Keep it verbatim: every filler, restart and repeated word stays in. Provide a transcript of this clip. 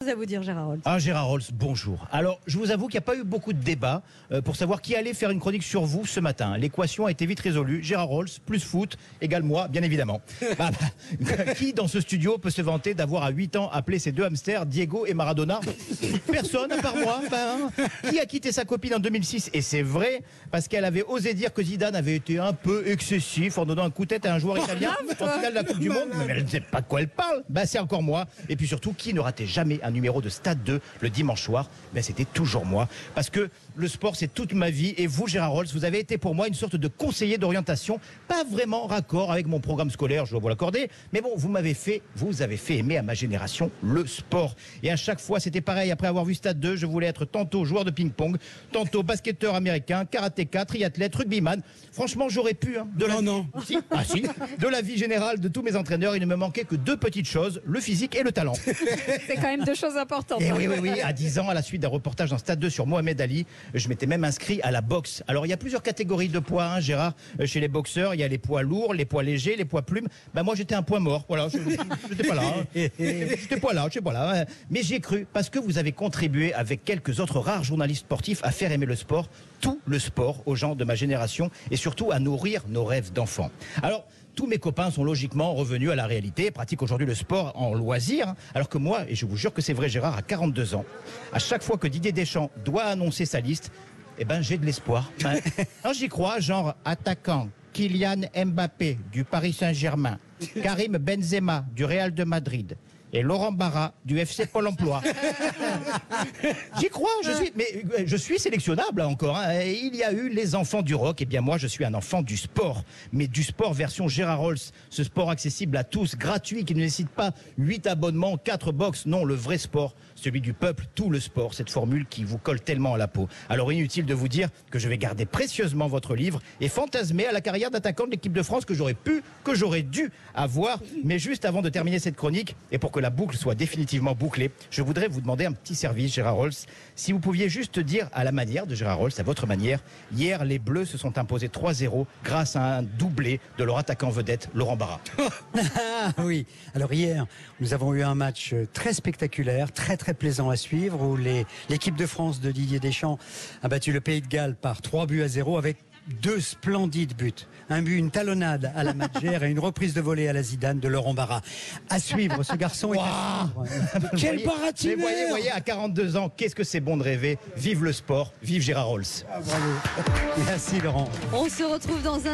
À vous dire, Gérard Rolls. Ah, Gérard Rolls, bonjour. Alors, je vous avoue qu'il n'y a pas eu beaucoup de débats euh, pour savoir qui allait faire une chronique sur vous ce matin. L'équation a été vite résolue. Gérard Rolls, plus foot, égale moi, bien évidemment. Bah, bah, qui dans ce studio peut se vanter d'avoir à huit ans appelé ses deux hamsters Diego et Maradona? Personne, à part moi. Bah, qui a quitté sa copine en deux mille six? Et c'est vrai, parce qu'elle avait osé dire que Zidane avait été un peu excessif en donnant un coup de tête à un joueur italien en finale de la Coupe du Monde. Mais elle ne sait pas de quoi elle parle. Bah, c'est encore moi. Et puis surtout, qui ne ratait jamais un numéro de Stade deux le dimanche soir? Ben, c'était toujours moi, parce que le sport c'est toute ma vie, et vous, Gérard Rolls, vous avez été pour moi une sorte de conseiller d'orientation, pas vraiment raccord avec mon programme scolaire, je dois vous l'accorder, mais bon, vous m'avez fait, vous avez fait aimer à ma génération le sport, et à chaque fois c'était pareil. Après avoir vu Stade deux, je voulais être tantôt joueur de ping-pong, tantôt basketteur américain, karatéka, triathlète, rugbyman. Franchement, j'aurais pu hein, de la non, non. Si, ah, si, de la vie générale de tous mes entraîneurs, il ne me manquait que deux petites choses, le physique et le talent. C'est quand même deux choses importantes. Et oui, oui, oui, à dix ans, à la suite d'un reportage dans Stade deux sur Mohamed Ali, je m'étais même inscrit à la boxe. Alors, il y a plusieurs catégories de poids, hein, Gérard. Chez les boxeurs, il y a les poids lourds, les poids légers, les poids plumes. Ben, moi, j'étais un poids mort. Voilà, je n'étais pas là. Hein. J'étais pas là, je sais pas là. Hein. Mais j'ai cru, parce que vous avez contribué avec quelques autres rares journalistes sportifs à faire aimer le sport, tout le sport, aux gens de ma génération, et surtout à nourrir nos rêves d'enfants. Alors, tous mes copains sont logiquement revenus à la réalité, pratiquent aujourd'hui le sport en loisir, alors que moi, et je vous jure que c'est vrai, Gérard, à quarante-deux ans, à chaque fois que Didier Deschamps doit annoncer sa liste, eh ben, j'ai de l'espoir. Hein. Alors j'y crois, genre attaquant, Kylian Mbappé du Paris Saint-Germain, Karim Benzema du Real de Madrid et Laurent Barra du F C Pôle Emploi. J'y crois, je suis, mais je suis sélectionnable encore. Hein. Il y a eu les enfants du rock, et bien moi je suis un enfant du sport, mais du sport version Gérard Rolls, ce sport accessible à tous, gratuit, qui ne nécessite pas huit abonnements, quatre box, non, le vrai sport, celui du peuple, tout le sport, cette formule qui vous colle tellement à la peau. Alors inutile de vous dire que je vais garder précieusement votre livre et fantasmer à la carrière d'attaquant de l'équipe de France que j'aurais pu, que j'aurais dû avoir. Mais juste avant de terminer cette chronique, et pour que la boucle soit définitivement bouclée, je voudrais vous demander un petit service, Gérard Rolls. Si vous pouviez juste dire à la manière de Gérard Rolls, à votre manière, hier les Bleus se sont imposés trois zéro grâce à un doublé de leur attaquant vedette, Laurent Barra. Ah oui, alors hier, nous avons eu un match très spectaculaire, très très plaisant à suivre, où les, l'équipe de France de Didier Deschamps a battu le Pays de Galles par trois buts à zéro avec deux splendides buts. Un but, une talonnade à la Madjer et une reprise de volée à la Zidane de Laurent Barra. À suivre, ce garçon est à suivre. Quel paratimère! Mais voyez, voyez, à quarante-deux ans, qu'est-ce que c'est bon de rêver. Vive le sport, vive Gérard Rolls. Ah, bravo. Merci Laurent. On se retrouve dans un